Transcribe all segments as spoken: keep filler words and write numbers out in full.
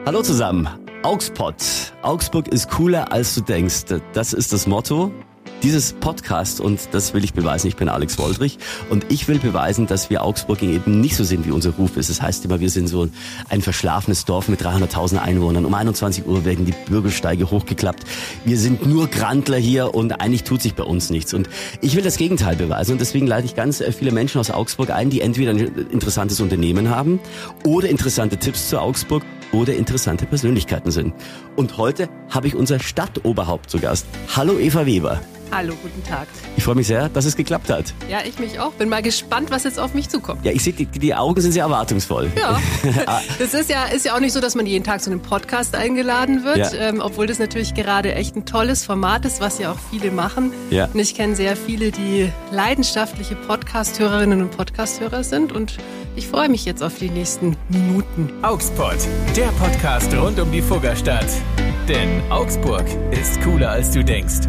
Hallo zusammen, Augspod. Augsburg ist cooler als du denkst. Das ist das Motto dieses Podcast und das will ich beweisen. Ich bin Alex Woldrich und ich will beweisen, dass wir Augsburg eben nicht so sind, wie unser Ruf ist. Das heißt immer, wir sind so ein verschlafenes Dorf mit dreihunderttausend Einwohnern. Um einundzwanzig Uhr werden die Bürgersteige hochgeklappt. Wir sind nur Grandler hier und eigentlich tut sich bei uns nichts. Und ich will das Gegenteil beweisen und deswegen lade ich ganz viele Menschen aus Augsburg ein, die entweder ein interessantes Unternehmen haben oder interessante Tipps zu Augsburg oder interessante Persönlichkeiten sind. Und heute habe ich unser Stadtoberhaupt zu Gast. Hallo Eva Weber. Hallo, guten Tag. Ich freue mich sehr, dass es geklappt hat. Ja, ich mich auch. Bin mal gespannt, was jetzt auf mich zukommt. Ja, ich sehe, die, die Augen sind sehr erwartungsvoll. Ja, das ist ja, ist ja auch nicht so, dass man jeden Tag zu einem Podcast eingeladen wird, ja. ähm, obwohl das natürlich gerade echt ein tolles Format ist, was ja auch viele machen. Ja. Und ich kenne sehr viele, die leidenschaftliche Podcast-Hörerinnen und Podcast-Hörer sind und ich freue mich jetzt auf die nächsten Minuten. Augspod, der Podcast rund um die Fuggerstadt. Denn Augsburg ist cooler als du denkst.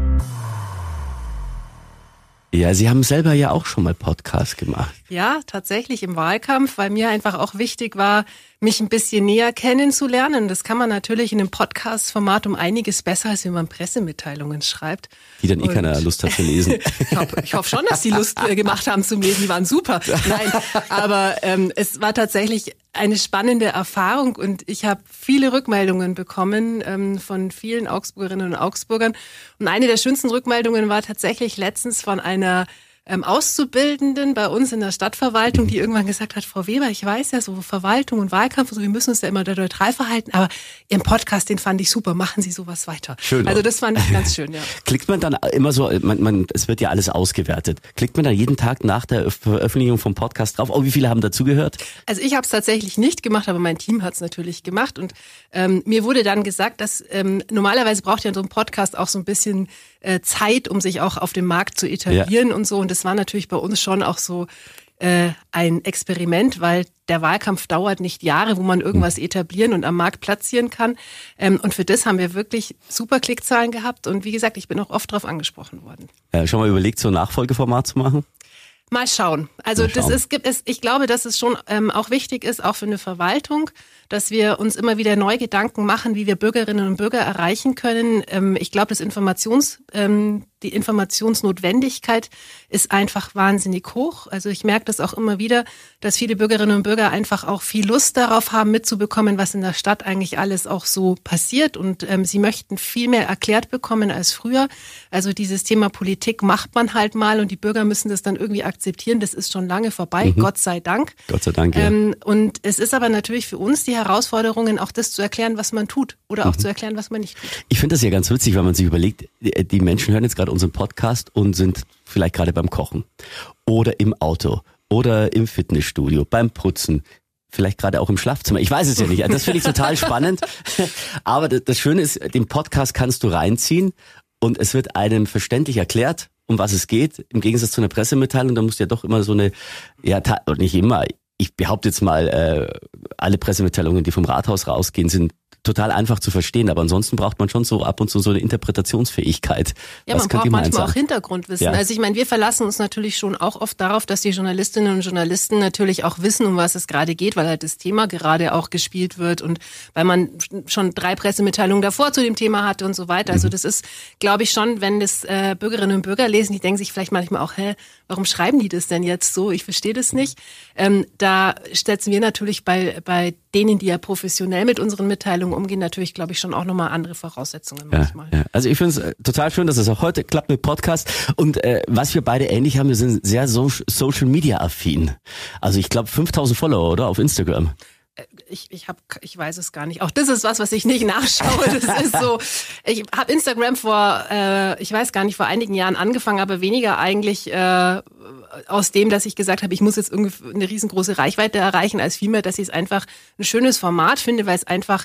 Ja, Sie haben selber ja auch schon mal Podcast gemacht. Ja, tatsächlich im Wahlkampf, weil mir einfach auch wichtig war, mich ein bisschen näher kennenzulernen. Das kann man natürlich in einem Podcast-Format um einiges besser, als wenn man Pressemitteilungen schreibt. Die dann eh Und keiner Lust hat zu lesen. ich hoffe ich hoff schon, dass die Lust äh, gemacht haben zum Lesen. Die waren super. Nein, aber ähm, es war tatsächlich eine spannende Erfahrung und ich habe viele Rückmeldungen bekommen ähm, von vielen Augsburgerinnen und Augsburgern. Und eine der schönsten Rückmeldungen war tatsächlich letztens von einer ähm, Auszubildenden bei uns in der Stadtverwaltung, die irgendwann gesagt hat, Frau Weber, ich weiß ja, so Verwaltung und Wahlkampf, und so, wir müssen uns ja immer neutral verhalten, aber Ihren Podcast, den fand ich super, machen Sie sowas weiter. Schön. Also das fand ich ganz schön, ja. Klickt man dann immer so, man, man, es wird ja alles ausgewertet, klickt man dann jeden Tag nach der Veröffentlichung vom Podcast drauf, oh, wie viele haben dazugehört? Also ich habe es tatsächlich nicht gemacht, aber mein Team hat es natürlich gemacht und ähm, mir wurde dann gesagt, dass ähm, normalerweise braucht ja so ein Podcast auch so ein bisschen äh, Zeit, um sich auch auf dem Markt zu etablieren, ja. Und so, und das war natürlich bei uns schon auch so äh, ein Experiment, weil der Wahlkampf dauert nicht Jahre, wo man irgendwas etablieren und am Markt platzieren kann. Ähm, und für das haben wir wirklich super Klickzahlen gehabt. Und wie gesagt, ich bin auch oft drauf angesprochen worden. Ja, schon mal überlegt, so ein Nachfolgeformat zu machen? Mal schauen. Also Mal schauen. das ist, gibt es. Ich glaube, dass es schon ähm, auch wichtig ist, auch für eine Verwaltung, dass wir uns immer wieder neu Gedanken machen, wie wir Bürgerinnen und Bürger erreichen können. Ähm, ich glaube, das Informations, ähm, die Informationsnotwendigkeit ist einfach wahnsinnig hoch. Also ich merke das auch immer wieder, dass viele Bürgerinnen und Bürger einfach auch viel Lust darauf haben, mitzubekommen, was in der Stadt eigentlich alles auch so passiert. Und ähm, sie möchten viel mehr erklärt bekommen als früher. Also dieses Thema Politik macht man halt mal und die Bürger müssen das dann irgendwie akzeptieren. Das ist schon lange vorbei, mhm. Gott sei Dank. Gott sei Dank, ja. Ähm, und es ist aber natürlich für uns die Herausforderungen, auch das zu erklären, was man tut oder auch mhm. zu erklären, was man nicht tut. Ich finde das ja ganz witzig, weil man sich überlegt, die Menschen hören jetzt gerade unseren Podcast und sind vielleicht gerade beim Kochen oder im Auto oder im Fitnessstudio, beim Putzen, vielleicht gerade auch im Schlafzimmer. Ich weiß es ja nicht. Das finde ich total spannend. Aber das Schöne ist, den Podcast kannst du reinziehen und es wird einem verständlich erklärt, um was es geht, im Gegensatz zu einer Pressemitteilung. Da musst du ja doch immer so eine, ja, nicht immer, ich behaupte jetzt mal, äh, alle Pressemitteilungen, die vom Rathaus rausgehen, sind total einfach zu verstehen, aber ansonsten braucht man schon so ab und zu so eine Interpretationsfähigkeit. Ja, Was man braucht manchmal sagen? auch Hintergrundwissen. Ja. Also ich meine, wir verlassen uns natürlich schon auch oft darauf, dass die Journalistinnen und Journalisten natürlich auch wissen, um was es gerade geht, weil halt das Thema gerade auch gespielt wird und weil man schon drei Pressemitteilungen davor zu dem Thema hatte und so weiter. Also mhm. das ist, glaube ich schon, wenn das äh, Bürgerinnen und Bürger lesen, die denken sich vielleicht manchmal auch, hä, warum schreiben die das denn jetzt so? Ich verstehe das nicht. Ähm, da setzen wir natürlich bei bei denen, die ja professionell mit unseren Mitteilungen umgehen, natürlich, glaube ich, schon auch nochmal andere Voraussetzungen manchmal. Ja, ja. Also ich finde es äh, total schön, dass es auch heute klappt mit Podcast. Und äh, was wir beide ähnlich haben, wir sind sehr so Social-Media-affin. Also ich glaube fünftausend Follower, oder? Auf Instagram. Ich, ich habe, ich weiß es gar nicht. Auch das ist was, was ich nicht nachschaue. Das ist so. Ich habe Instagram vor, äh, ich weiß gar nicht, vor einigen Jahren angefangen, aber weniger eigentlich äh, aus dem, dass ich gesagt habe, ich muss jetzt irgendwie eine riesengroße Reichweite erreichen, als vielmehr, dass ich es einfach ein schönes Format finde, weil es einfach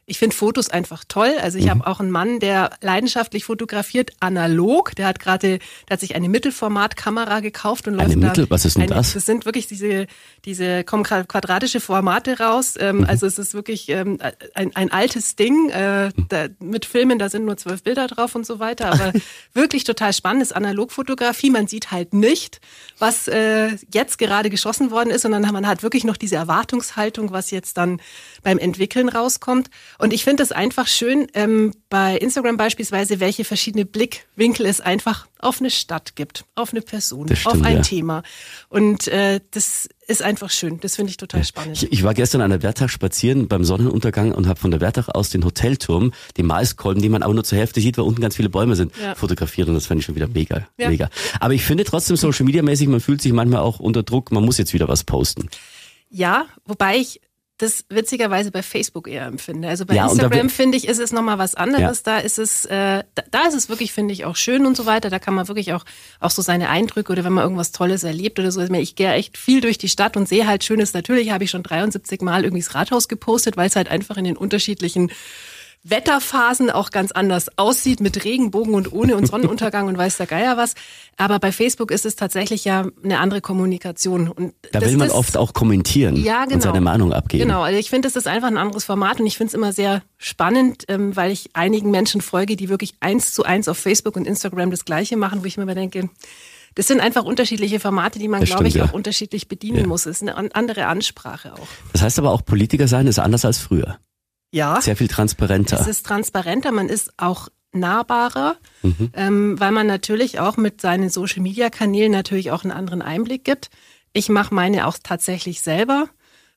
Ich finde Fotos einfach toll. Also ich mhm. habe auch einen Mann, der leidenschaftlich fotografiert, analog. Der hat gerade, der hat sich eine Mittelformatkamera gekauft und läuft eine da. Mittel, was ist denn eine, das? Das sind wirklich diese, diese kommen quadratische Formate raus. Ähm, mhm. Also es ist wirklich ähm, ein, ein altes Ding äh, da, mit Filmen. Da sind nur zwölf Bilder drauf und so weiter. Aber wirklich total spannendes Analogfotografie. Man sieht halt nicht, was äh, jetzt gerade geschossen worden ist, sondern man hat wirklich noch diese Erwartungshaltung, was jetzt dann beim Entwickeln rauskommt. Und ich finde es einfach schön, ähm, bei Instagram beispielsweise, welche verschiedene Blickwinkel es einfach auf eine Stadt gibt, auf eine Person, stimmt, auf ein ja. Thema. Und äh, das ist einfach schön. Das finde ich total ja. spannend. Ich, ich war gestern an der Wertach spazieren beim Sonnenuntergang und habe von der Wertach aus den Hotelturm, den Maiskolben, den man aber nur zur Hälfte sieht, weil unten ganz viele Bäume sind, ja. fotografiert. Und das fand ich schon wieder mega, ja. mega. Aber ich finde trotzdem Social Media mäßig, man fühlt sich manchmal auch unter Druck, man muss jetzt wieder was posten. Ja, wobei ich das witzigerweise bei Facebook eher empfinde. Also bei ja, Instagram, finde ich, ist es nochmal was anderes. Ja. Da ist es, äh, da, da ist es wirklich, finde ich, auch schön und so weiter. Da kann man wirklich auch, auch so seine Eindrücke oder wenn man irgendwas Tolles erlebt oder so. Ich gehe echt viel durch die Stadt und sehe halt Schönes. Natürlich habe ich schon dreiundsiebzig Mal irgendwie das Rathaus gepostet, weil es halt einfach in den unterschiedlichen Wetterphasen auch ganz anders aussieht, mit Regenbogen und ohne und Sonnenuntergang und weiß der Geier was. Aber bei Facebook ist es tatsächlich ja eine andere Kommunikation. Und da das, will man das, oft auch kommentieren ja, genau. und seine Meinung abgeben. Genau, also ich finde, das ist einfach ein anderes Format und ich finde es immer sehr spannend, ähm, weil ich einigen Menschen folge, die wirklich eins zu eins auf Facebook und Instagram das Gleiche machen, wo ich mir immer denke, das sind einfach unterschiedliche Formate, die man, glaube ich, ja. auch unterschiedlich bedienen ja. muss. Es ist eine andere Ansprache auch. Das heißt aber auch, Politiker sein ist anders als früher. Ja. Sehr viel transparenter. Es ist transparenter, man ist auch nahbarer, mhm. ähm, weil man natürlich auch mit seinen Social-Media-Kanälen natürlich auch einen anderen Einblick gibt. Ich mache meine auch tatsächlich selber.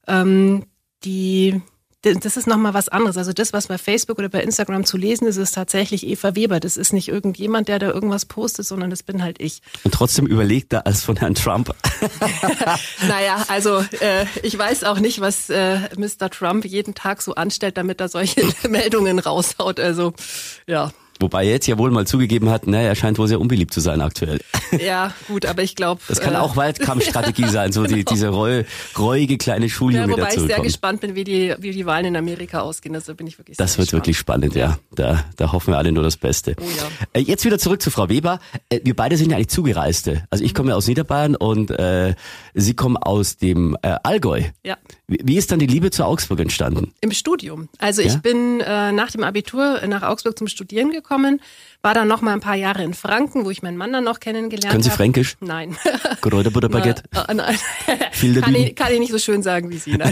Ähm, die, das ist nochmal was anderes. Also das, was bei Facebook oder bei Instagram zu lesen ist, ist tatsächlich Eva Weber. Das ist nicht irgendjemand, der da irgendwas postet, sondern das bin halt ich. Und trotzdem überlegter als von Herrn Trump. Naja, also äh, ich weiß auch nicht, was äh, Mister Trump jeden Tag so anstellt, damit er solche Meldungen raushaut. Also ja. Wobei er jetzt ja wohl mal zugegeben hat, ne, er scheint wohl sehr unbeliebt zu sein aktuell. Ja, gut, aber ich glaube... Das kann äh, auch Wahlkampfstrategie sein, so genau. die, diese reu, reuige kleine Schuljunge, ja, wobei der zurückkommt. Ich sehr gespannt bin, wie die, wie die Wahlen in Amerika ausgehen. Also bin ich wirklich sehr Das wird gespannt. wirklich spannend, ja. ja. Da, da hoffen wir alle nur das Beste. Oh ja. Jetzt wieder zurück zu Frau Weber. Wir beide sind ja eigentlich Zugereiste. Also ich komme ja aus Niederbayern und äh, Sie kommen aus dem äh, Allgäu. Ja. Wie, wie ist dann die Liebe zu Augsburg entstanden? Im Studium. Also ich ja? bin äh, nach dem Abitur nach Augsburg zum Studieren gekommen, war dann noch mal ein paar Jahre in Franken, wo ich meinen Mann dann noch kennengelernt habe. Können Sie hab. Fränkisch? Nein. Geräuter Butter Baguette? Äh, nein. kann, ich, kann ich nicht so schön sagen wie Sie. Nein.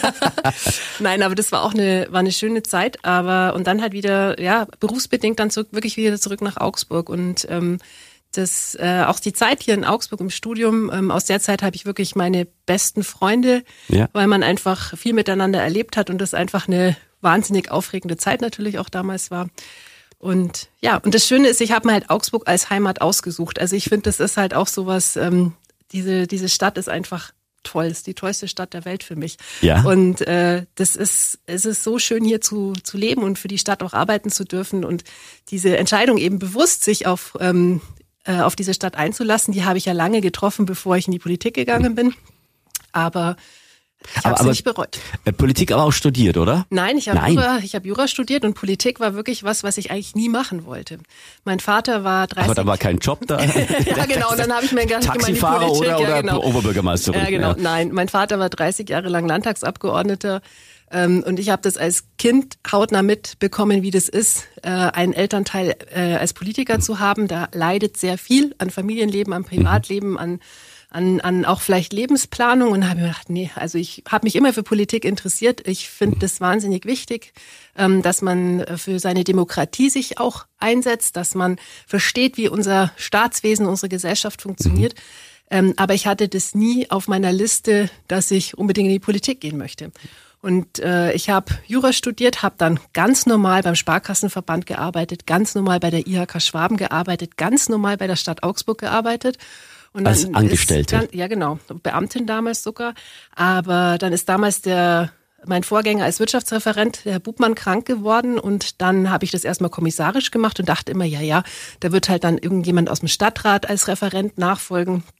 Nein, aber das war auch eine, war eine schöne Zeit. Aber und dann halt wieder, ja, berufsbedingt dann zurück, wirklich wieder zurück nach Augsburg. Und ähm, das äh, auch die Zeit hier in Augsburg im Studium, ähm, aus der Zeit habe ich wirklich meine besten Freunde, ja. weil man einfach viel miteinander erlebt hat und das einfach eine wahnsinnig aufregende Zeit natürlich auch damals war. Und ja, und das Schöne ist, ich habe mir halt Augsburg als Heimat ausgesucht. Also ich finde, das ist halt auch sowas, ähm, diese, diese Stadt ist einfach toll, ist die tollste Stadt der Welt für mich. Ja. Und äh, das ist, es ist so schön hier zu, zu leben und für die Stadt auch arbeiten zu dürfen. Und diese Entscheidung eben bewusst, sich auf, ähm, äh, auf diese Stadt einzulassen, die habe ich ja lange getroffen, bevor ich in die Politik gegangen bin. Aber ich habe es nicht bereut. Äh, Politik aber auch studiert, oder? Nein, ich habe Jura, ich habe Jura studiert und Politik war wirklich was, was ich eigentlich nie machen wollte. Mein Vater war dreißig... Aber da war kein Job da? Ja, genau. Und dann habe ich mir gar nicht Taxifahrer gemeint, die Politik, oder, ja, oder genau. Oberbürgermeisterin? Ja, genau. Ja. Nein, mein Vater war dreißig Jahre lang Landtagsabgeordneter. Und ich habe das als Kind hautnah mitbekommen, wie das ist, einen Elternteil als Politiker zu haben. Da leidet sehr viel an Familienleben, an Privatleben, an An, an auch vielleicht Lebensplanung und habe mir gedacht, nee, also ich habe mich immer für Politik interessiert. Ich finde das wahnsinnig wichtig, ähm, dass man für seine Demokratie sich auch einsetzt, dass man versteht, wie unser Staatswesen, unsere Gesellschaft funktioniert. Mhm. Ähm, aber ich hatte das nie auf meiner Liste, dass ich unbedingt in die Politik gehen möchte. Und äh, ich habe Jura studiert, habe dann ganz normal beim Sparkassenverband gearbeitet, ganz normal bei der I H K Schwaben gearbeitet, ganz normal bei der Stadt Augsburg gearbeitet. Und als Angestellte? Dann, ja, genau. Beamtin damals sogar. Aber dann ist damals der mein Vorgänger als Wirtschaftsreferent, der Herr Bubmann, krank geworden. Und dann habe ich das erstmal kommissarisch gemacht und dachte immer, ja, ja, da wird halt dann irgendjemand aus dem Stadtrat als Referent nachfolgen.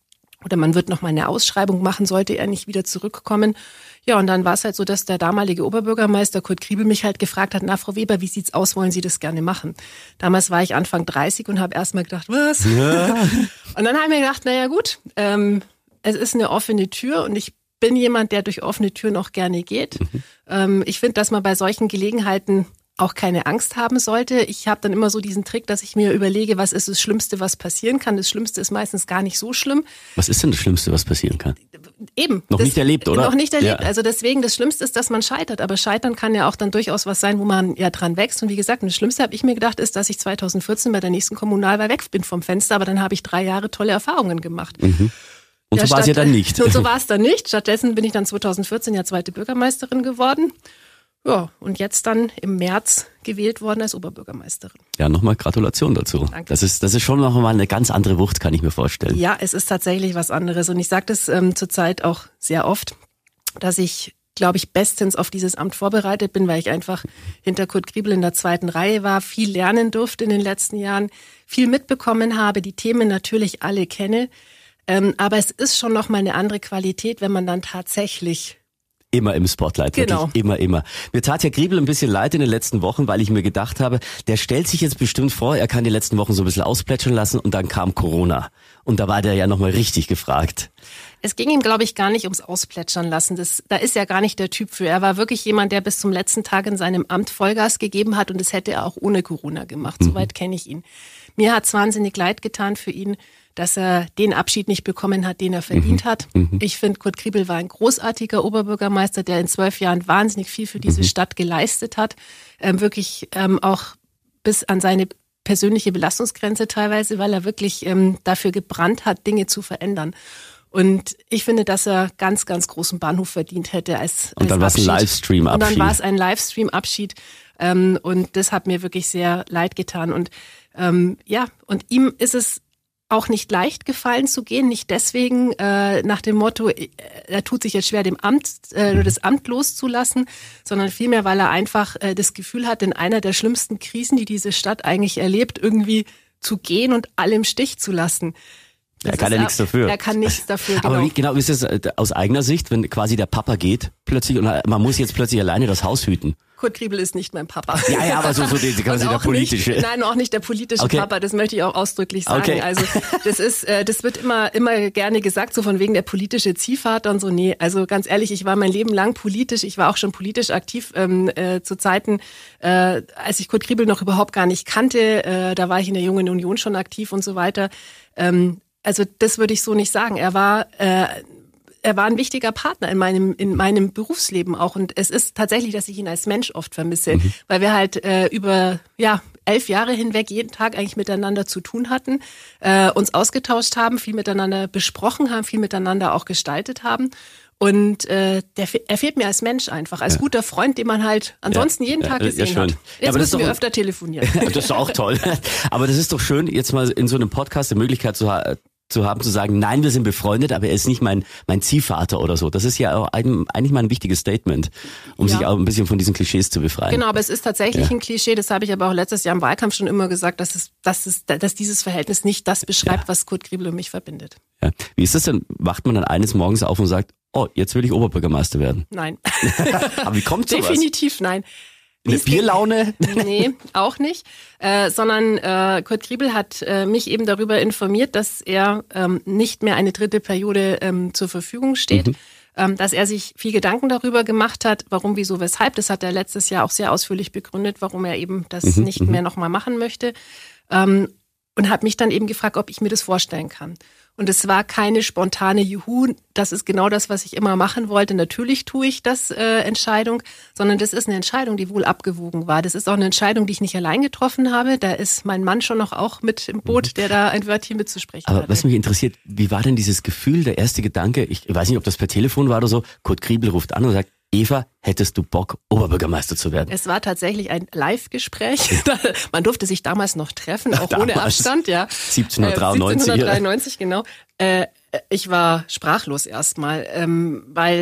oder man wird noch mal eine Ausschreibung machen, sollte er nicht wieder zurückkommen. Ja, und dann war es halt so, dass der damalige Oberbürgermeister Kurt Kriebel mich halt gefragt hat, na Frau Weber, wie sieht's aus, wollen Sie das gerne machen? Damals war ich Anfang dreißig und habe erst mal gedacht, was? Ja. Und dann habe ich mir gedacht, naja gut, ähm, es ist eine offene Tür und ich bin jemand, der durch offene Türen auch gerne geht. Mhm. Ähm, ich finde, dass man bei solchen Gelegenheiten auch keine Angst haben sollte. Ich habe dann immer so diesen Trick, dass ich mir überlege, was ist das Schlimmste, was passieren kann. Das Schlimmste ist meistens gar nicht so schlimm. Was ist denn das Schlimmste, was passieren kann? Eben. Noch das, nicht erlebt, oder? Noch nicht erlebt. Ja. Also deswegen, das Schlimmste ist, dass man scheitert. Aber scheitern kann ja auch dann durchaus was sein, wo man ja dran wächst. Und wie gesagt, das Schlimmste, habe ich mir gedacht, ist, dass ich zweitausendvierzehn bei der nächsten Kommunalwahl weg bin vom Fenster. Aber dann habe ich drei Jahre tolle Erfahrungen gemacht. Mhm. Und ja, so war es ja dann nicht. Und so war es dann nicht. Stattdessen bin ich dann zweitausendvierzehn ja zweite Bürgermeisterin geworden. Ja, und jetzt dann im März gewählt worden als Oberbürgermeisterin. Ja, nochmal Gratulation dazu. Danke. Das ist, das ist schon nochmal eine ganz andere Wucht, kann ich mir vorstellen. Ja, es ist tatsächlich was anderes. Und ich sage das ähm, zurzeit auch sehr oft, dass ich, glaube ich, bestens auf dieses Amt vorbereitet bin, weil ich einfach hinter Kurt Kriebel in der zweiten Reihe war, viel lernen durfte in den letzten Jahren, viel mitbekommen habe, die Themen natürlich alle kenne. Ähm, aber es ist schon nochmal eine andere Qualität, wenn man dann tatsächlich immer im Spotlight, wirklich genau. immer, immer. Mir tat ja Kriebel ein bisschen leid in den letzten Wochen, weil ich mir gedacht habe, der stellt sich jetzt bestimmt vor, er kann die letzten Wochen so ein bisschen ausplätschern lassen und dann kam Corona. Und da war der ja nochmal richtig gefragt. Es ging ihm, glaube ich, gar nicht ums Ausplätschern lassen. Das, da ist er gar nicht der Typ für. Er war wirklich jemand, der bis zum letzten Tag in seinem Amt Vollgas gegeben hat und das hätte er auch ohne Corona gemacht. Mhm. Soweit kenne ich ihn. Mir hat's wahnsinnig leid getan für ihn, dass er den Abschied nicht bekommen hat, den er verdient mhm. hat. Mhm. Ich finde, Kurt Kriebel war ein großartiger Oberbürgermeister, der in zwölf Jahren wahnsinnig viel für diese mhm. Stadt geleistet hat. Ähm, wirklich ähm, auch bis an seine persönliche Belastungsgrenze teilweise, weil er wirklich ähm, dafür gebrannt hat, Dinge zu verändern. Und ich finde, dass er ganz, ganz großen Bahnhof verdient hätte als, als Und dann war es ein Livestream-Abschied. Und dann war es ein Livestream-Abschied. Ähm, und das hat mir wirklich sehr leid getan. Und ähm, ja, und ihm ist es auch nicht leicht gefallen zu gehen, nicht deswegen äh, nach dem Motto, äh, er tut sich jetzt schwer, dem Amt, äh, das Amt loszulassen, sondern vielmehr, weil er einfach äh, das Gefühl hat, in einer der schlimmsten Krisen, die diese Stadt eigentlich erlebt, irgendwie zu gehen und alle im Stich zu lassen. Das er kann ja nichts dafür. Er kann nichts dafür, genau. Aber wie genau ist es aus eigener Sicht, wenn quasi der Papa geht plötzlich und man muss jetzt plötzlich alleine das Haus hüten? Kurt Kriebel ist nicht mein Papa. Ja, ja, aber so, so die, quasi der politische. Nicht, nein, auch nicht der politische okay. Papa, das möchte ich auch ausdrücklich sagen. Okay. Also das ist, äh, das wird immer, immer gerne gesagt, so von wegen der politische Ziehvater und so. Nee, also ganz ehrlich, ich war mein Leben lang politisch, ich war auch schon politisch aktiv ähm, äh, zu Zeiten, äh, als ich Kurt Kriebel noch überhaupt gar nicht kannte, äh, da war ich in der Jungen Union schon aktiv und so weiter. Ähm, also das würde ich so nicht sagen. Er war äh, Er war ein wichtiger Partner in meinem in meinem Berufsleben auch und es ist tatsächlich, dass ich ihn als Mensch oft vermisse, mhm. weil wir halt äh, über ja elf Jahre hinweg jeden Tag eigentlich miteinander zu tun hatten, äh, uns ausgetauscht haben, viel miteinander besprochen haben, viel miteinander auch gestaltet haben. Und äh, der, er fehlt mir als Mensch einfach, als ja. guter Freund, den man halt ansonsten ja. jeden Tag gesehen ja, hat. Jetzt ja, aber müssen wir öfter telefonieren. Das ist doch auch toll. Aber das ist doch schön, jetzt mal in so einem Podcast die Möglichkeit zu haben, zu haben, zu sagen, nein, wir sind befreundet, aber er ist nicht mein mein Ziehvater oder so. Das ist ja auch ein, eigentlich mal ein wichtiges Statement, um ja. sich auch ein bisschen von diesen Klischees zu befreien. Genau, aber es ist tatsächlich ja. ein Klischee, das habe ich aber auch letztes Jahr im Wahlkampf schon immer gesagt, dass es, dass es, dass dieses Verhältnis nicht das beschreibt, ja. was Kurt Kriebel und mich verbindet. Ja. Wie ist das denn? Wacht man dann eines Morgens auf und sagt, oh, jetzt will ich Oberbürgermeister werden? Nein. Aber wie kommt sowas? Definitiv nein. Eine Bierlaune? Nee, auch nicht. Äh, sondern äh, Kurt Kriebel hat äh, mich eben darüber informiert, dass er ähm, nicht mehr eine dritte Periode ähm, zur Verfügung steht. Mhm. Ähm, dass er sich viel Gedanken darüber gemacht hat, warum, wieso, weshalb. Das hat er letztes Jahr auch sehr ausführlich begründet, warum er eben das mhm. nicht mehr nochmal machen möchte. Ähm, und hat mich dann eben gefragt, ob ich mir das vorstellen kann. Und es war keine spontane Juhu, das ist genau das, was ich immer machen wollte. Natürlich tue ich das äh, Entscheidung, sondern das ist eine Entscheidung, die wohl abgewogen war. Das ist auch eine Entscheidung, die ich nicht allein getroffen habe. Da ist mein Mann schon noch auch mit im Boot, der da ein Wörtchen mitzusprechen hat. Aber was mich interessiert, wie war denn dieses Gefühl, der erste Gedanke, ich weiß nicht, ob das per Telefon war oder so, Kurt Kriebel ruft an und sagt, Eva, hättest du Bock, Oberbürgermeister zu werden? Es war tatsächlich ein Live-Gespräch. Man durfte sich damals noch treffen, auch ohne Abstand. Ja. siebzehnhundertdreiundneunzig. siebzehnhundertdreiundneunzig, genau. Äh, ich war sprachlos erstmal, ähm, weil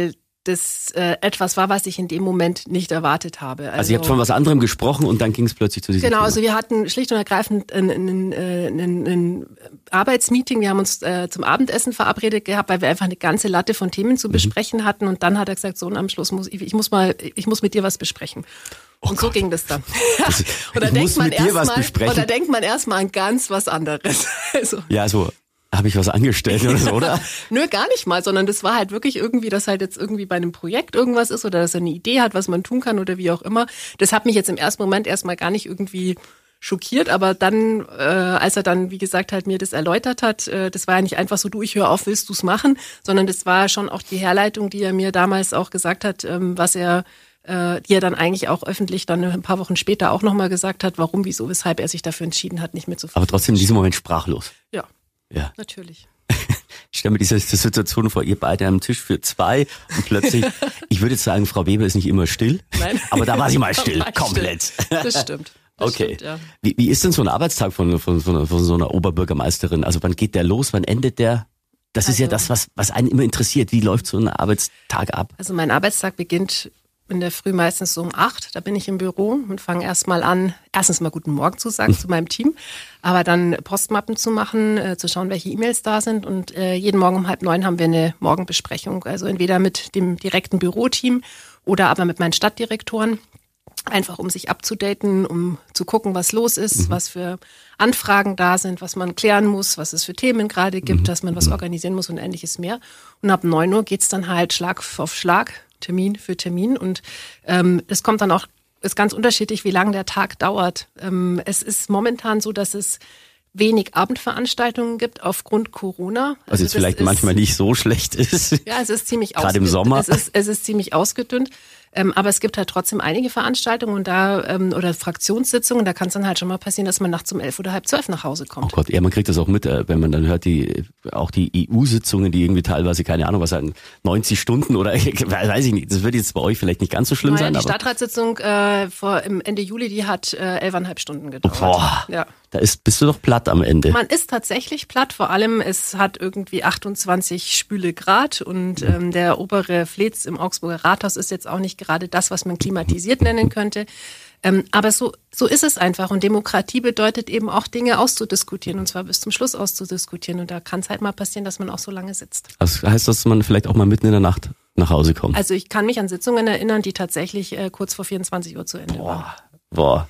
das äh, etwas war, was ich in dem Moment nicht erwartet habe. Also, also ihr habt von was anderem gesprochen und dann ging es plötzlich zu diesem Genau, Thema. also wir hatten schlicht und ergreifend ein, ein, ein, ein, ein Arbeitsmeeting. Wir haben uns äh, zum Abendessen verabredet gehabt, weil wir einfach eine ganze Latte von Themen zu besprechen mhm. hatten. Und dann hat er gesagt, so und am Schluss muss ich, ich muss mal, ich muss mit dir was besprechen. Oh und Gott. So ging das dann. Das, und da ich muss mit dir was mal, besprechen. Und da denkt man erstmal an ganz was anderes. Also. Ja, so. Habe ich was angestellt oder so, oder? Nö, gar nicht mal, sondern das war halt wirklich irgendwie, dass halt jetzt irgendwie bei einem Projekt irgendwas ist oder dass er eine Idee hat, was man tun kann oder wie auch immer. Das hat mich jetzt im ersten Moment erstmal gar nicht irgendwie schockiert, aber dann, äh, als er dann, wie gesagt, halt mir das erläutert hat, äh, das war ja nicht einfach so, du, ich höre auf, willst du's machen, sondern das war schon auch die Herleitung, die er mir damals auch gesagt hat, ähm, was er äh, die er dann eigentlich auch öffentlich dann ein paar Wochen später auch nochmal gesagt hat, warum, wieso, weshalb er sich dafür entschieden hat, nicht mehr zu Aber trotzdem in diesem Moment sprachlos. Ja. Ja. Natürlich. Ich stelle mir diese Situation vor, ihr beide am Tisch für zwei und plötzlich, ich würde jetzt sagen, Frau Weber ist nicht immer still, Nein. aber da war sie mal still, komplett. Still. Das stimmt. Das okay. Stimmt, ja. Wie, wie ist denn so ein Arbeitstag von, von, von, von so einer Oberbürgermeisterin? Also wann geht der los, wann endet der? Das also, ist ja das, was, was einen immer interessiert. Wie läuft so ein Arbeitstag ab? Also mein Arbeitstag beginnt in der Früh meistens so um acht, da bin ich im Büro und fange erstmal an, erstens mal guten Morgen zu sagen zu meinem Team, aber dann Postmappen zu machen, äh, zu schauen, welche E-Mails da sind und äh, jeden Morgen um halb neun haben wir eine Morgenbesprechung, also entweder mit dem direkten Büroteam oder aber mit meinen Stadtdirektoren, einfach um sich abzudaten, um zu gucken, was los ist, mhm. was für Anfragen da sind, was man klären muss, was es für Themen gerade gibt, mhm. dass man was organisieren muss und ähnliches mehr. Und ab neun Uhr geht's dann halt Schlag auf Schlag, Termin für Termin und ähm, es kommt dann auch, ist ganz unterschiedlich, wie lange der Tag dauert. Ähm, es ist momentan so, dass es wenig Abendveranstaltungen gibt aufgrund Corona. Also, also jetzt vielleicht ist, manchmal nicht so schlecht ist. Ja, es ist ziemlich ausgedünnt. Gerade im Sommer. Es ist, es ist ziemlich ausgedünnt. Ähm, aber es gibt halt trotzdem einige Veranstaltungen und da ähm, oder Fraktionssitzungen, da kann es dann halt schon mal passieren, dass man nachts um elf oder halb zwölf nach Hause kommt. Oh Gott, ja, man kriegt das auch mit, wenn man dann hört, die auch die E U-Sitzungen, die irgendwie teilweise, keine Ahnung, was sagen, neunzig Stunden oder weiß ich nicht, das wird jetzt bei euch vielleicht nicht ganz so schlimm naja, sein. Die aber Stadtratssitzung äh, vor im Ende Juli, die hat äh, elfeinhalb Stunden gedauert. Boah, ja. Da ist, bist du doch platt am Ende. Man ist tatsächlich platt, vor allem es hat irgendwie achtundzwanzig Spüle Grad und ähm, der obere Flez im Augsburger Rathaus ist jetzt auch nicht gerade das, was man klimatisiert nennen könnte. Ähm, aber so, so ist es einfach. Und Demokratie bedeutet eben auch Dinge auszudiskutieren und zwar bis zum Schluss auszudiskutieren. Und da kann es halt mal passieren, dass man auch so lange sitzt. Das heißt, dass man vielleicht auch mal mitten in der Nacht nach Hause kommt? Also ich kann mich an Sitzungen erinnern, die tatsächlich äh, kurz vor vierundzwanzig Uhr zu Ende boah, waren. Boah.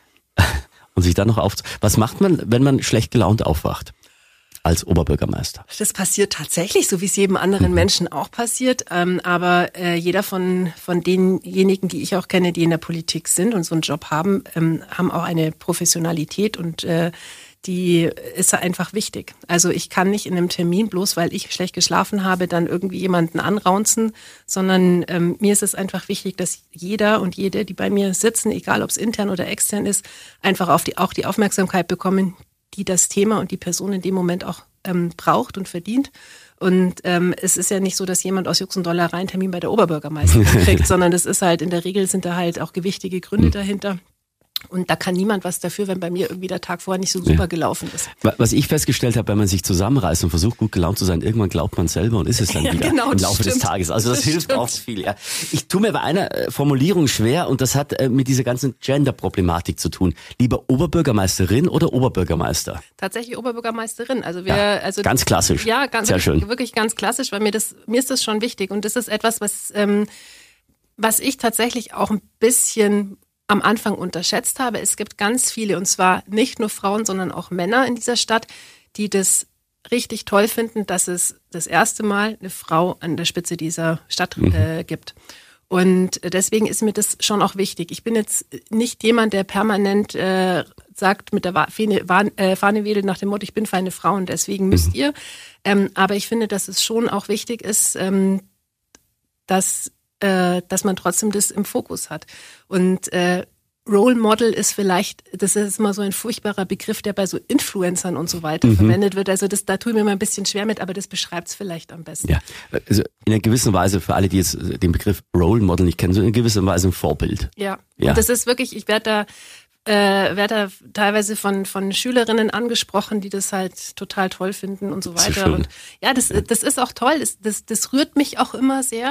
Und sich dann noch auf. Was macht man, wenn man schlecht gelaunt aufwacht? Als Oberbürgermeister. Das passiert tatsächlich, so wie es jedem anderen mhm. Menschen auch passiert. Ähm, aber äh, jeder von von denjenigen, die ich auch kenne, die in der Politik sind und so einen Job haben, ähm, haben auch eine Professionalität und äh, die ist einfach wichtig. Also ich kann nicht in einem Termin, bloß weil ich schlecht geschlafen habe, dann irgendwie jemanden anraunzen, sondern ähm, mir ist es einfach wichtig, dass jeder und jede, die bei mir sitzen, egal ob es intern oder extern ist, einfach auf die, auch die Aufmerksamkeit bekommen, die das Thema und die Person in dem Moment auch ähm, braucht und verdient. Und ähm, es ist ja nicht so, dass jemand aus Jux und Dollerei einen Termin bei der Oberbürgermeisterin kriegt, sondern das ist halt, in der Regel sind da halt auch gewichtige Gründe dahinter. Und da kann niemand was dafür, wenn bei mir irgendwie der Tag vorher nicht so super ja. gelaufen ist. Was ich festgestellt habe, wenn man sich zusammenreißt und versucht, gut gelaunt zu sein, irgendwann glaubt man selber und ist es dann ja, wieder genau, im Laufe des Tages. Also das, das hilft stimmt. oft viel. Ja. Ich tue mir bei einer Formulierung schwer und das hat äh, mit dieser ganzen Gender-Problematik zu tun. Lieber Oberbürgermeisterin oder Oberbürgermeister? Tatsächlich Oberbürgermeisterin. Also wir, ja, also ganz klassisch. Ja, ganz Sehr wirklich, schön. wirklich ganz klassisch, weil mir das mir ist das schon wichtig und das ist etwas, was ähm, was ich tatsächlich auch ein bisschen am Anfang unterschätzt habe. Es gibt ganz viele, und zwar nicht nur Frauen, sondern auch Männer in dieser Stadt, die das richtig toll finden, dass es das erste Mal eine Frau an der Spitze dieser Stadt mhm. äh, gibt. Und deswegen ist mir das schon auch wichtig. Ich bin jetzt nicht jemand, der permanent äh, sagt, mit der Fahne, äh, Fahne wedelt nach dem Motto, ich bin für eine Frau und deswegen müsst ihr. Ähm, aber ich finde, dass es schon auch wichtig ist, ähm, dass dass man trotzdem das im Fokus hat. Und äh, Role Model ist vielleicht, das ist immer so ein furchtbarer Begriff, der bei so Influencern und so weiter mhm. verwendet wird. Also das, da tue ich mir mal ein bisschen schwer mit, aber das beschreibt es vielleicht am besten. Ja, also in einer gewissen Weise, für alle, die jetzt den Begriff Role Model nicht kennen, so in gewisser Weise ein Vorbild. Ja, ja. Und das ist wirklich, ich werde da Äh, werde da teilweise von von Schülerinnen angesprochen, die das halt total toll finden und so weiter. So und ja, das das ist auch toll. Das, das das rührt mich auch immer sehr.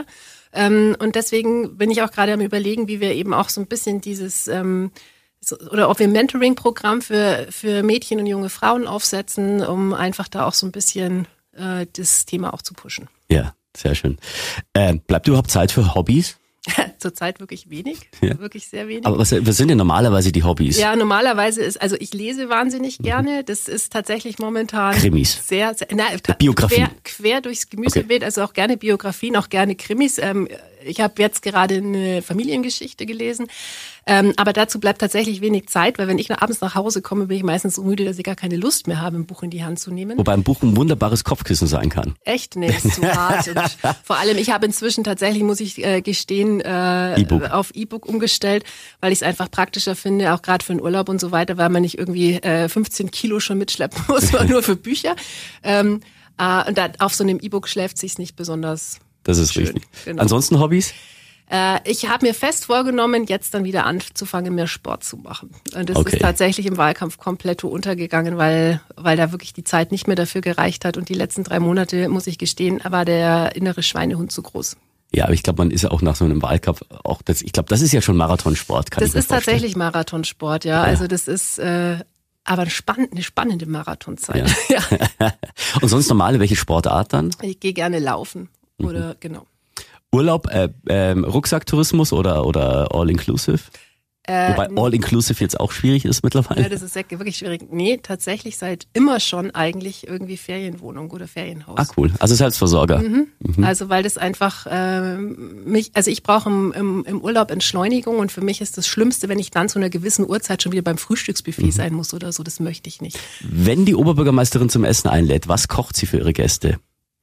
Ähm, und deswegen bin ich auch gerade am Überlegen, wie wir eben auch so ein bisschen dieses ähm, so, oder ob wir ein Mentoring-Programm für, für Mädchen und junge Frauen aufsetzen, um einfach da auch so ein bisschen äh, das Thema auch zu pushen. Ja, sehr schön. Äh, bleibt überhaupt Zeit für Hobbys? Zurzeit wirklich wenig, ja. wirklich sehr wenig. Aber was, was sind denn normalerweise die Hobbys? Ja, normalerweise ist, also ich lese wahnsinnig gerne. Das ist tatsächlich momentan Krimis. Sehr, sehr na, Biografien. Quer, quer durchs Gemüsebeet, okay. Also auch gerne Biografien, auch gerne Krimis. Ähm, ich habe jetzt gerade eine Familiengeschichte gelesen, ähm, aber dazu bleibt tatsächlich wenig Zeit, weil wenn ich abends nach Hause komme, bin ich meistens so müde, dass ich gar keine Lust mehr habe, ein Buch in die Hand zu nehmen. Wobei ein Buch ein wunderbares Kopfkissen sein kann. Echt? Nee, ist zu hart. Und vor allem, ich habe inzwischen tatsächlich, muss ich äh, gestehen, äh, E-Book. auf E-Book umgestellt, weil ich es einfach praktischer finde, auch gerade für den Urlaub und so weiter, weil man nicht irgendwie äh, fünfzehn Kilo schon mitschleppen muss, nur für Bücher. Ähm, äh, und da, auf so einem E-Book schläft sich's nicht besonders. Das ist schön. richtig. Genau. Ansonsten Hobbys? Äh, ich habe mir fest vorgenommen, jetzt dann wieder anzufangen, mehr Sport zu machen. Und das Okay. ist tatsächlich im Wahlkampf komplett untergegangen, weil, weil da wirklich die Zeit nicht mehr dafür gereicht hat. Und die letzten drei Monate, muss ich gestehen, war der innere Schweinehund zu groß. Ja, aber ich glaube, man ist ja auch nach so einem Wahlkampf auch, das, ich glaube, das ist ja schon Marathonsport. Kann das ich mir ist vorstellen. tatsächlich Marathonsport, ja. ja. Also das ist äh, aber eine spannende, eine spannende Marathonzeit. Ja. Ja. Und sonst normale, welche Sportart dann? Ich gehe gerne laufen oder Mhm. genau. Urlaub, äh, ähm, Rucksacktourismus oder, oder All-Inclusive? Äh, Wobei All-Inclusive jetzt auch schwierig ist mittlerweile. Ja, das ist wirklich schwierig. Nee, tatsächlich seit immer schon eigentlich irgendwie Ferienwohnung oder Ferienhaus. Ah, cool. Also Selbstversorger. Mhm. Mhm. Also weil das einfach ähm, mich, also ich brauche im, im, im Urlaub Entschleunigung und für mich ist das Schlimmste, wenn ich dann zu einer gewissen Uhrzeit schon wieder beim Frühstücksbuffet Mhm. sein muss oder so. Das möchte ich nicht. Wenn die Oberbürgermeisterin zum Essen einlädt, was kocht sie für ihre Gäste?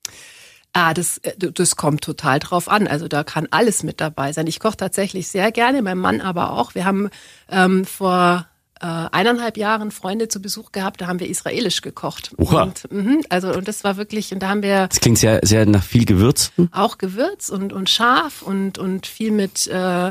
Ah, das, das kommt total drauf an. Also da kann alles mit dabei sein. Ich koche tatsächlich sehr gerne, mein Mann aber auch. Wir haben ähm, vor äh, eineinhalb Jahren Freunde zu Besuch gehabt, da haben wir israelisch gekocht. Oha. Und, mh, also, und das war wirklich, und da haben wir Das klingt sehr, sehr nach viel Gewürz. auch Gewürz und, und scharf und, und viel mit, äh,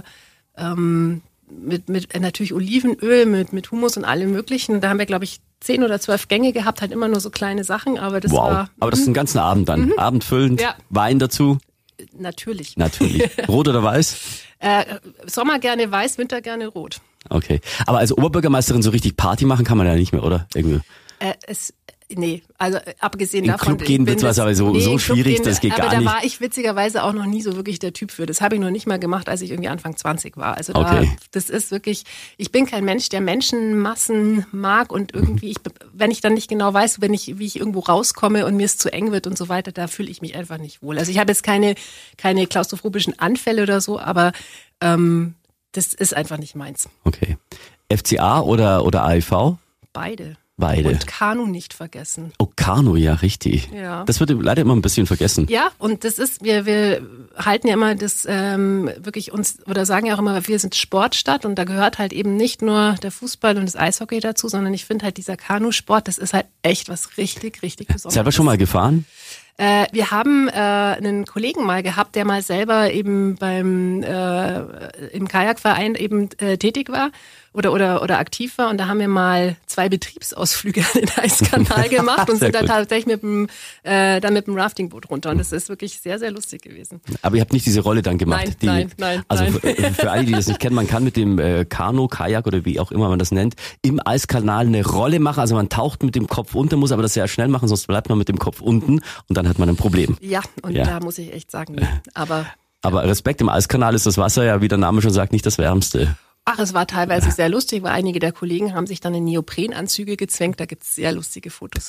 ähm, mit, mit äh, natürlich Olivenöl, mit, mit Hummus und allem Möglichen. Da haben wir, glaube ich, zehn oder zwölf Gänge gehabt, halt immer nur so kleine Sachen, aber das Wow. war... Aber das ist ein ganzen Abend dann. Mhm. Abendfüllend, Ja. Wein dazu. Natürlich. Natürlich. Rot oder weiß? Äh, Sommer gerne weiß, Winter gerne rot. Okay. Aber als Oberbürgermeisterin so richtig Party machen kann man ja nicht mehr, oder? Irgendwie. Äh, es, nee, also äh, abgesehen In davon. Club gehen bin wird was, das- aber so- so in Club schwierig, gehen, das geht aber gar da nicht. war ich witzigerweise auch noch nie so wirklich der Typ für. Das habe ich noch nicht mal gemacht, als ich irgendwie Anfang zwanzig war. Also da, Okay. das ist wirklich, ich bin kein Mensch, der Menschenmassen mag und irgendwie, ich, wenn ich dann nicht genau weiß, wenn ich, wie ich irgendwo rauskomme und mir es zu eng wird und so weiter, da fühle ich mich einfach nicht wohl. Also ich habe jetzt keine, keine klaustrophobischen Anfälle oder so, aber ähm, das ist einfach nicht meins. Okay. F C A oder, oder A I V? Beide. Beide. Und Kanu nicht vergessen. Oh, Kanu, ja, richtig. Ja. Das wird leider immer ein bisschen vergessen. Ja, und das ist, wir, wir halten ja immer das ähm, wirklich uns, oder sagen ja auch immer, wir sind Sportstadt und da gehört halt eben nicht nur der Fußball und das Eishockey dazu, sondern ich finde halt dieser Kanusport, das ist halt echt was richtig, richtig Besonderes. Selber schon mal gefahren? Äh, wir haben äh, einen Kollegen mal gehabt, der mal selber eben beim äh, im Kajakverein eben äh, tätig war oder oder oder aktiv war und da haben wir mal zwei Betriebsausflüge an den Eiskanal gemacht und Sehr sind da gut. tatsächlich mit dem äh, dann mit dem Raftingboot runter und das ist wirklich sehr sehr lustig gewesen. Aber ihr habt nicht diese Rolle dann gemacht. Nein, die, nein, nein, Also nein. Für, für alle, die das nicht kennen, man kann mit dem äh, Kanu, Kajak oder wie auch immer man das nennt, im Eiskanal eine Rolle machen. Also man taucht mit dem Kopf unter, muss aber das sehr schnell machen, sonst bleibt man mit dem Kopf unten und dann hat man ein Problem. Ja, und Ja. da muss ich echt sagen, nee. aber Aber Respekt, im Eiskanal ist das Wasser ja, wie der Name schon sagt, nicht das Wärmste. ach, es war teilweise sehr lustig, weil einige der Kollegen haben sich dann in Neoprenanzüge gezwängt, da gibt's sehr lustige Fotos.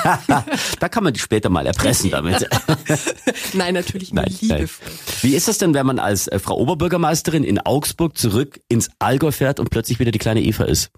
Da kann man die später mal erpressen damit. Nein, natürlich nur Nein, nein. liebevoll. Wie ist das denn, wenn man als äh, Frau Oberbürgermeisterin in Augsburg zurück ins Allgäu fährt und plötzlich wieder die kleine Eva ist?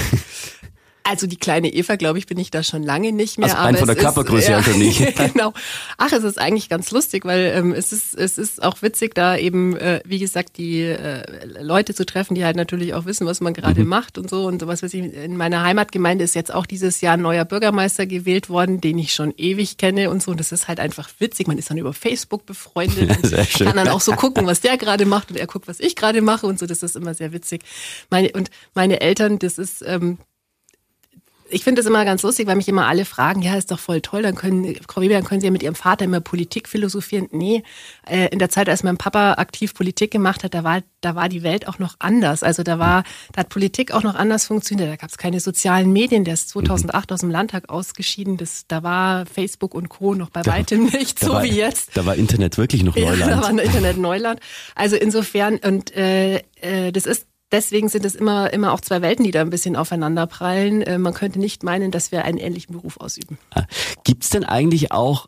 Also die kleine Eva, glaube ich, bin ich da schon lange nicht mehr. Also rein aber von der es ist- Körpergröße her schon nicht. Genau. Ach, es ist eigentlich ganz lustig, weil ähm, es ist es ist auch witzig, da eben, äh, wie gesagt, die äh, Leute zu treffen, die halt natürlich auch wissen, was man gerade Mhm. macht und so. Und was weiß ich, in meiner Heimatgemeinde ist jetzt auch dieses Jahr ein neuer Bürgermeister gewählt worden, den ich schon ewig kenne und so. Und das ist halt einfach witzig. Man ist dann über Facebook befreundet und Sehr schön. kann dann auch so gucken, was der gerade macht und er guckt, was ich gerade mache und so. Das ist immer sehr witzig. Meine, und meine Eltern, das ist... Ähm, Ich finde das immer ganz lustig, weil mich immer alle fragen, ja, ist doch voll toll, dann können, Frau Weber, dann können Sie ja mit Ihrem Vater immer Politik philosophieren. Nee, äh, in der Zeit, als mein Papa aktiv Politik gemacht hat, da war, da war die Welt auch noch anders. Also da war, da hat Politik auch noch anders funktioniert. Da gab es keine sozialen Medien. Der ist zweitausendacht aus dem Landtag ausgeschieden. Das, da war Facebook und Co. noch bei da, weitem nicht so war, wie jetzt. Da war Internet wirklich noch Neuland. Ja, da war Internet Neuland. Also insofern, und äh, äh, das ist Deswegen sind es immer, immer auch zwei Welten, die da ein bisschen aufeinander prallen. Äh, man könnte nicht meinen, dass wir einen ähnlichen Beruf ausüben. Gibt es denn eigentlich auch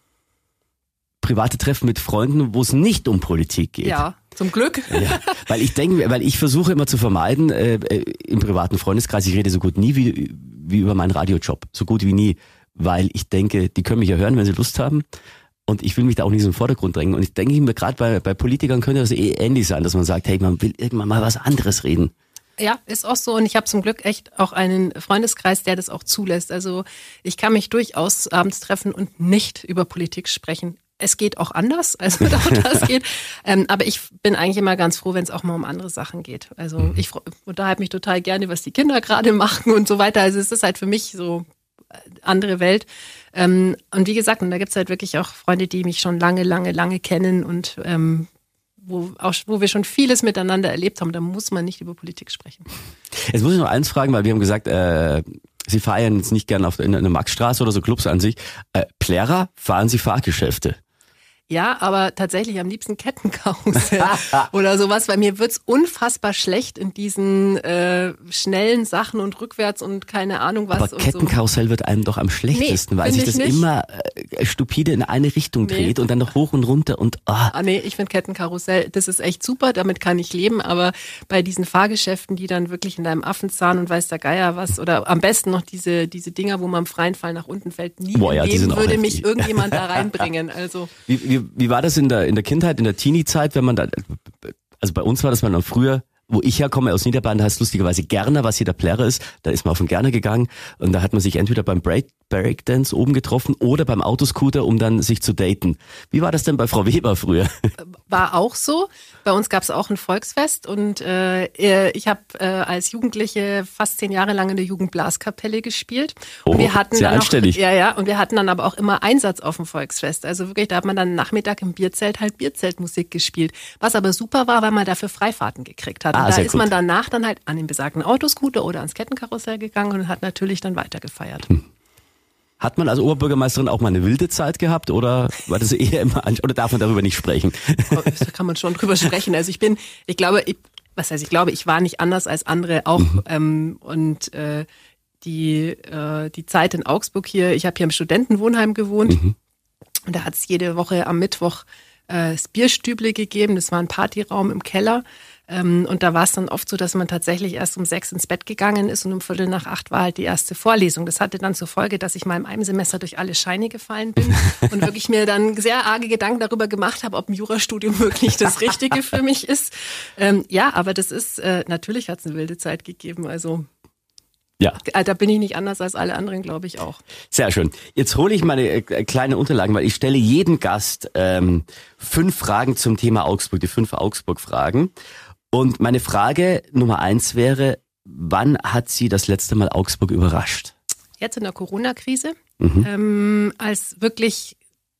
private Treffen mit Freunden, wo es nicht um Politik geht? Ja, zum Glück. Ja, weil ich denke, weil ich versuche immer zu vermeiden, äh, im privaten Freundeskreis, ich rede so gut nie wie, wie über meinen Radiojob. So gut wie nie. Weil ich denke, die können mich ja hören, wenn sie Lust haben. Und ich will mich da auch nicht so im Vordergrund drängen. Und ich denke mir, gerade bei, bei Politikern könnte das eh ähnlich sein, dass man sagt, hey, man will irgendwann mal was anderes reden. Ja, ist auch so. Und ich habe zum Glück echt auch einen Freundeskreis, der das auch zulässt. Also ich kann mich durchaus abends treffen und nicht über Politik sprechen. Es geht auch anders, also auch das geht. Ähm, aber ich bin eigentlich immer ganz froh, wenn es auch mal um andere Sachen geht. Also ich unterhalte mich total gerne, was die Kinder gerade machen und so weiter. Also es ist halt für mich so andere Welt. Ähm, und wie gesagt, und da gibt's halt wirklich auch Freunde, die mich schon lange, lange, lange kennen und ähm, wo, auch, wo wir schon vieles miteinander erlebt haben. Da muss man nicht über Politik sprechen. Jetzt muss ich noch eins fragen, weil wir haben gesagt, äh, Sie feiern jetzt nicht gerne auf der, in der Maxstraße oder so Clubs an sich. Äh, Plärrer, fahren Sie Fahrgeschäfte? Ja, aber tatsächlich am liebsten Kettenkarussell oder sowas, weil mir wird's unfassbar schlecht in diesen äh, schnellen Sachen und rückwärts und keine Ahnung was. Aber und Kettenkarussell so. wird einem doch am schlechtesten, nee, weil sich das nicht. immer äh, stupide in eine Richtung nee. dreht und dann noch hoch und runter und ah. ah nee, ich finde Kettenkarussell, das ist echt super, damit kann ich leben, aber bei diesen Fahrgeschäften, die dann wirklich in deinem Affenzahn und weiß der Geier was oder am besten noch diese diese Dinger, wo man im freien Fall nach unten fällt, nie Boah, im ja, Leben würde heftig. mich irgendjemand da reinbringen. Also Wie, wie, wie war das in der in der Kindheit, in der Teenie-Zeit, wenn man da, also bei uns war das, man dann früher, wo ich herkomme aus Niederbayern, da heißt lustigerweise Gerner, was hier der Plärrer ist, da ist man auf den Gerner gegangen und da hat man sich entweder beim Break, Breakdance oben getroffen oder beim Autoscooter, um dann sich zu daten. Wie war das denn bei Frau Weber früher? War auch so. Bei uns gab es auch ein Volksfest und äh, ich habe äh, als Jugendliche fast zehn Jahre lang in der Jugendblaskapelle gespielt. Oh, und wir hatten sehr dann auch, anständig. ja, ja, und wir hatten dann aber auch immer Einsatz auf dem Volksfest. Also wirklich, da hat man dann Nachmittag im Bierzelt halt Bierzeltmusik gespielt. Was aber super war, weil man dafür Freifahrten gekriegt hat. Ah, und da sehr ist gut. man danach dann halt an den besagten Autoscooter oder ans Kettenkarussell gegangen und hat natürlich dann weiter gefeiert. Hm. Hat man als Oberbürgermeisterin auch mal eine wilde Zeit gehabt oder war das eher immer, oder darf man darüber nicht sprechen? Da kann man schon drüber sprechen. Also ich bin, ich glaube, ich, was heißt, ich glaube, ich war nicht anders als andere auch. Mhm. Ähm, und äh, die, äh, die Zeit in Augsburg hier, ich habe hier im Studentenwohnheim gewohnt mhm. und da hat es jede Woche am Mittwoch äh, das Bierstüble gegeben. Das war ein Partyraum im Keller. Ähm, und da war es dann oft so, dass man tatsächlich erst um sechs ins Bett gegangen ist und um Viertel nach acht war halt die erste Vorlesung. Das hatte dann zur Folge, dass ich mal in einem Semester durch alle Scheine gefallen bin und wirklich mir dann sehr arge Gedanken darüber gemacht habe, ob ein Jurastudium wirklich das Richtige für mich ist. Ähm, ja, aber das ist, äh, natürlich hat es eine wilde Zeit gegeben, also... Ja. Da bin ich nicht anders als alle anderen, glaube ich auch. Sehr schön. Jetzt hole ich meine äh, kleine Unterlagen, weil ich stelle jedem Gast ähm, fünf Fragen zum Thema Augsburg, die fünf Augsburg-Fragen. Und meine Frage Nummer eins wäre, wann hat Sie das letzte Mal Augsburg überrascht? Jetzt in der Corona-Krise, Mhm. ähm, als wirklich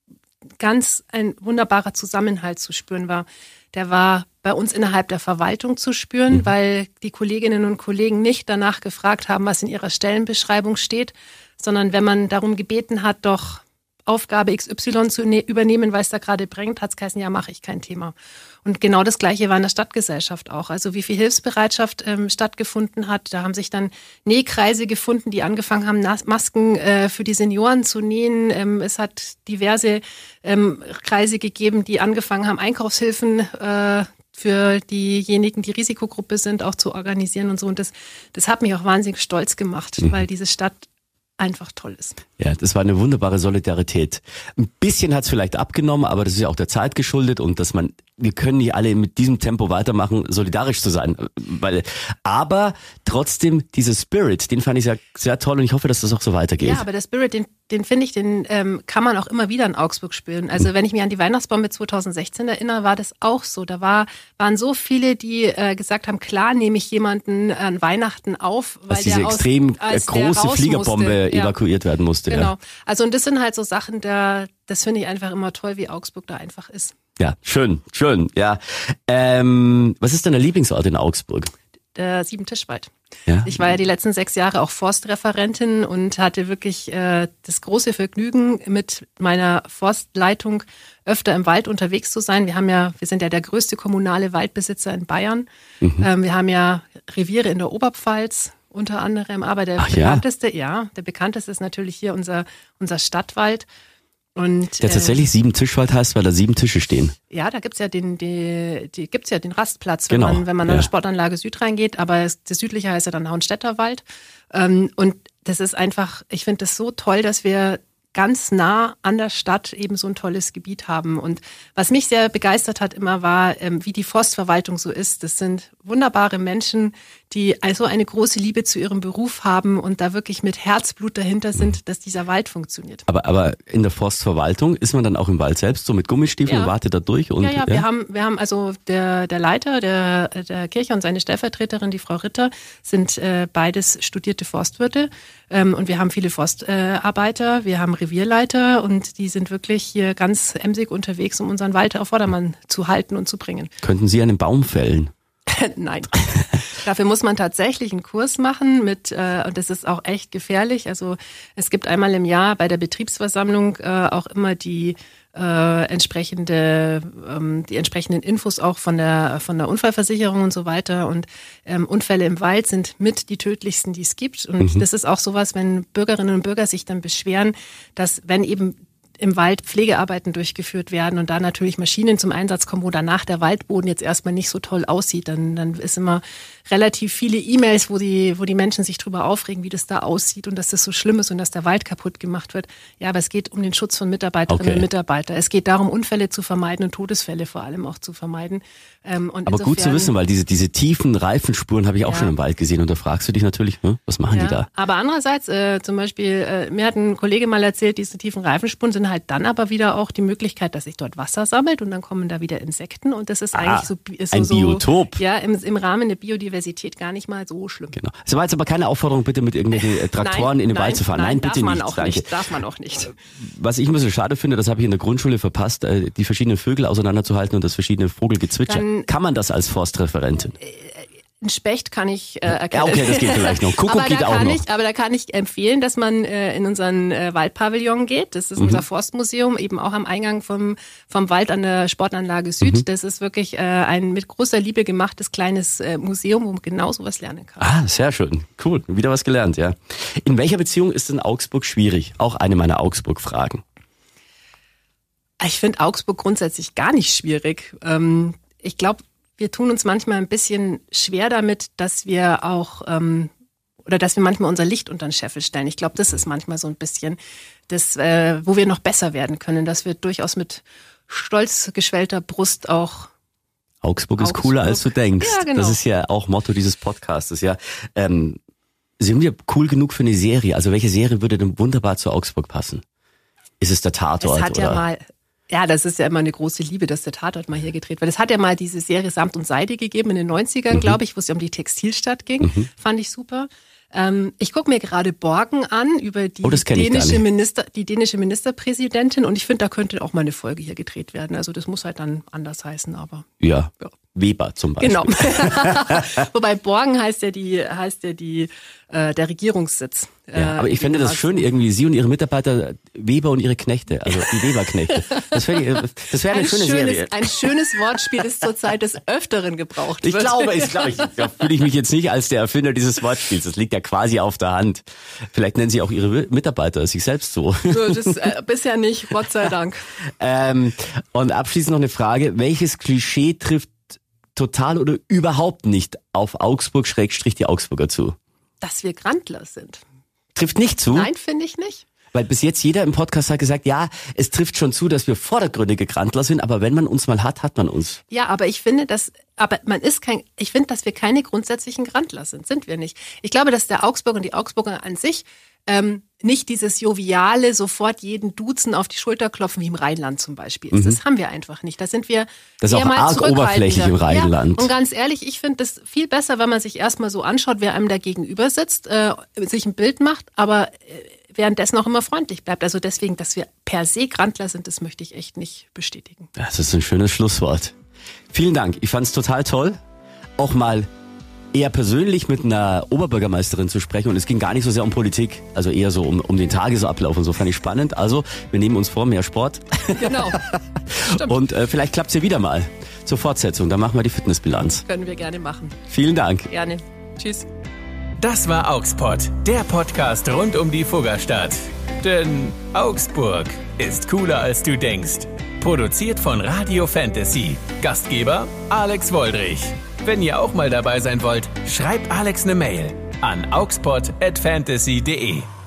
ganz ein wunderbarer Zusammenhalt zu spüren war. Der war bei uns innerhalb der Verwaltung zu spüren, mhm. weil die Kolleginnen und Kollegen nicht danach gefragt haben, was in ihrer Stellenbeschreibung steht, sondern wenn man darum gebeten hat, doch Aufgabe X Y zu ne- übernehmen, weil es da gerade brennt, hat es geheißen, ja, mache ich, kein Thema. Und genau das Gleiche war in der Stadtgesellschaft auch. Also wie viel Hilfsbereitschaft ähm, stattgefunden hat. Da haben sich dann Nähkreise gefunden, die angefangen haben, Nas- Masken äh, für die Senioren zu nähen. Ähm, es hat diverse ähm, Kreise gegeben, die angefangen haben, Einkaufshilfen äh, für diejenigen, die Risikogruppe sind, auch zu organisieren und so. Und das, das hat mich auch wahnsinnig stolz gemacht, Mhm. weil diese Stadt einfach toll ist. Ja, das war eine wunderbare Solidarität. Ein bisschen hat's vielleicht abgenommen, aber das ist ja auch der Zeit geschuldet und dass man, wir können nicht alle mit diesem Tempo weitermachen, solidarisch zu sein, weil, aber trotzdem dieser Spirit, den fand ich sehr, sehr toll und ich hoffe, dass das auch so weitergeht. Ja, aber der Spirit, den, den finde ich, den ähm, kann man auch immer wieder in Augsburg spüren. Also mhm. wenn ich mich an die Weihnachtsbombe zweitausendsechzehn erinnere, war das auch so. Da war, waren so viele, die äh, gesagt haben, klar nehme ich jemanden an Weihnachten auf, weil als diese der aus, extrem als große Fliegerbombe musste. evakuiert ja. werden musste. Genau. Ja. Also und das sind halt so Sachen, da, das finde ich einfach immer toll, wie Augsburg da einfach ist. Ja, schön, schön, ja. Ähm, was ist denn der Lieblingsort in Augsburg? Der Siebentischwald. Ja. Ich war ja die letzten sechs Jahre auch Forstreferentin und hatte wirklich äh, das große Vergnügen, mit meiner Forstleitung öfter im Wald unterwegs zu sein. Wir haben ja, wir sind ja der größte kommunale Waldbesitzer in Bayern. Mhm. Ähm, wir haben ja Reviere in der Oberpfalz unter anderem, aber der Ach, bekannteste, ja? ja, der bekannteste ist natürlich hier unser unser Stadtwald. Und, der tatsächlich äh, Siebentischwald heißt, weil da sieben Tische stehen. Ja, da gibt's ja den, die, die gibt's ja den Rastplatz, wenn genau. man, wenn man ja. an der Sportanlage Süd reingeht, aber das südliche heißt ja dann Hauenstädter Wald. Ähm, und das ist einfach, ich finde das so toll, dass wir ganz nah an der Stadt eben so ein tolles Gebiet haben. Und was mich sehr begeistert hat immer war, ähm, wie die Forstverwaltung so ist. Das sind wunderbare Menschen, die also eine große Liebe zu ihrem Beruf haben und da wirklich mit Herzblut dahinter sind, dass dieser Wald funktioniert. Aber, aber in der Forstverwaltung ist man dann auch im Wald selbst so mit Gummistiefeln ja. und wartet da durch? Und, ja, ja, wir haben, wir haben also der, der Leiter der, der Kirche und seine Stellvertreterin, die Frau Ritter, sind äh, beides studierte Forstwirte. Ähm, und wir haben viele Forstarbeiter, äh, wir haben Revierleiter und die sind wirklich hier ganz emsig unterwegs, um unseren Wald auf Vordermann zu halten und zu bringen. Könnten Sie einen Baum fällen? Nein. Dafür muss man tatsächlich einen Kurs machen mit, äh, und das ist auch echt gefährlich. Also es gibt einmal im Jahr bei der Betriebsversammlung äh, auch immer die äh, entsprechende, ähm, die entsprechenden Infos auch von der von der Unfallversicherung und so weiter. Und ähm, Unfälle im Wald sind mit die tödlichsten, die es gibt. Und mhm. das ist auch sowas, wenn Bürgerinnen und Bürger sich dann beschweren, dass wenn eben im Wald Pflegearbeiten durchgeführt werden und da natürlich Maschinen zum Einsatz kommen, wo danach der Waldboden jetzt erstmal nicht so toll aussieht, dann, dann ist immer relativ viele E-Mails, wo die, wo die Menschen sich drüber aufregen, wie das da aussieht und dass das so schlimm ist und dass der Wald kaputt gemacht wird. Ja, aber es geht um den Schutz von Mitarbeiterinnen okay. und Mitarbeitern. Es geht darum, Unfälle zu vermeiden und Todesfälle vor allem auch zu vermeiden. Ähm, und aber gut zu wissen, weil diese, diese tiefen Reifenspuren habe ich auch ja. schon im Wald gesehen und da fragst du dich natürlich, hm, was machen ja, die da? Aber andererseits, äh, zum Beispiel, äh, mir hat ein Kollege mal erzählt, diese tiefen Reifenspuren sind halt dann aber wieder auch die Möglichkeit, dass sich dort Wasser sammelt und dann kommen da wieder Insekten und das ist ah, eigentlich so, so ein Biotop. So, ja, im, im Rahmen der Biodiversität gar nicht mal so schlimm. Genau. Es war jetzt aber keine Aufforderung, bitte mit irgendwelchen äh, Traktoren nein, in den nein, Wald zu fahren. Nein, nein bitte darf man nicht. Auch Danke. nicht. Darf man auch nicht. Was ich immer so schade finde, das habe ich in der Grundschule verpasst, äh, die verschiedenen Vögel auseinanderzuhalten und das verschiedene Vogelgezwitscher. Dann, Kann man das als Forstreferentin? Äh, Ein Specht kann ich äh, erkennen. Ja, okay, das geht vielleicht noch. Kuckuck geht auch noch. Ich, aber da kann ich empfehlen, dass man äh, in unseren äh, Waldpavillon geht. Das ist mhm. unser Forstmuseum, eben auch am Eingang vom vom Wald an der Sportanlage Süd. Mhm. Das ist wirklich äh, ein mit großer Liebe gemachtes kleines äh, Museum, wo man genau sowas lernen kann. Ah, sehr schön. Cool. Wieder was gelernt, ja. In welcher Beziehung ist denn Augsburg schwierig? Auch eine meiner Augsburg-Fragen. Ich finde Augsburg grundsätzlich gar nicht schwierig. Ähm, ich glaube, wir tun uns manchmal ein bisschen schwer damit, dass wir auch ähm, oder dass wir manchmal unser Licht unter den Scheffel stellen. Ich glaube, das ist manchmal so ein bisschen das, äh, wo wir noch besser werden können, dass wir durchaus mit stolz geschwellter Brust auch Augsburg ist Augsburg. Cooler, als du denkst. Ja, genau. Das ist ja auch Motto dieses Podcastes. Ja, ähm, sind wir cool genug für eine Serie? Also welche Serie würde denn wunderbar zu Augsburg passen? Ist es der Tatort? Es hat oder? ja mal Ja, das ist ja immer eine große Liebe, dass der Tatort mal hier gedreht wird. Es hat ja mal diese Serie Samt und Seide gegeben in den neunzigern, mhm. glaube ich, wo es ja um die Textilstadt ging. Mhm. Fand ich super. Ähm, ich gucke mir gerade Borgen an über die, oh, dänische Minister, die dänische Ministerpräsidentin und ich finde, da könnte auch mal eine Folge hier gedreht werden. Also das muss halt dann anders heißen, aber ja. ja. Weber zum Beispiel. Genau. Wobei Borgen heißt ja die, heißt ja die, äh, der Regierungssitz. Ja, aber ich fände das schön irgendwie, Sie und Ihre Mitarbeiter, Weber und Ihre Knechte, also die Weber-Knechte. Das, das wäre eine ein schöne schönes, Serie. Ein schönes Wortspiel ist zurzeit des Öfteren gebraucht ich wird. Glaube, ich glaube, ich, da fühle ich mich jetzt nicht als der Erfinder dieses Wortspiels. Das liegt ja quasi auf der Hand. Vielleicht nennen Sie auch Ihre Mitarbeiter sich selbst so. Das äh, bisher nicht, Gott sei Dank. ähm, und abschließend noch eine Frage. Welches Klischee trifft total oder überhaupt nicht auf Augsburg Schrägstrich die Augsburger zu? Dass wir Grandler sind. Trifft nicht zu? Nein, finde ich nicht. Weil bis jetzt jeder im Podcast hat gesagt, ja, es trifft schon zu, dass wir vordergründige Grantler sind, aber wenn man uns mal hat, hat man uns. Ja, aber ich finde, dass, aber man ist kein, ich finde, dass wir keine grundsätzlichen Grantler sind, sind wir nicht. Ich glaube, dass der Augsburger und die Augsburger an sich ähm, nicht dieses joviale, sofort jeden Duzen auf die Schulter klopfen, wie im Rheinland zum Beispiel. Mhm. Das haben wir einfach nicht. Da sind wir Das ist eher auch mal arg oberflächlich im Rheinland. Ja, und ganz ehrlich, ich finde das viel besser, wenn man sich erstmal so anschaut, wer einem da gegenüber sitzt, äh, sich ein Bild macht, aber äh, währenddessen auch immer freundlich bleibt. Also deswegen, dass wir per se Grantler sind, das möchte ich echt nicht bestätigen. Das ist ein schönes Schlusswort. Vielen Dank. Ich fand es total toll, auch mal eher persönlich mit einer Oberbürgermeisterin zu sprechen. Und es ging gar nicht so sehr um Politik, also eher so um, um den Tagesablauf und so. Fand ich spannend. Also, wir nehmen uns vor, mehr Sport. Genau. Stimmt. Und äh, vielleicht klappt es ja wieder mal zur Fortsetzung. Dann machen wir die Fitnessbilanz. Können wir gerne machen. Vielen Dank. Gerne. Tschüss. Das war Auxpod, der Podcast rund um die Fuggerstadt. Denn Augsburg ist cooler als du denkst. Produziert von Radio Fantasy. Gastgeber Alex Woldrich. Wenn ihr auch mal dabei sein wollt, schreibt Alex eine Mail an auxpod at fantasy punkt de.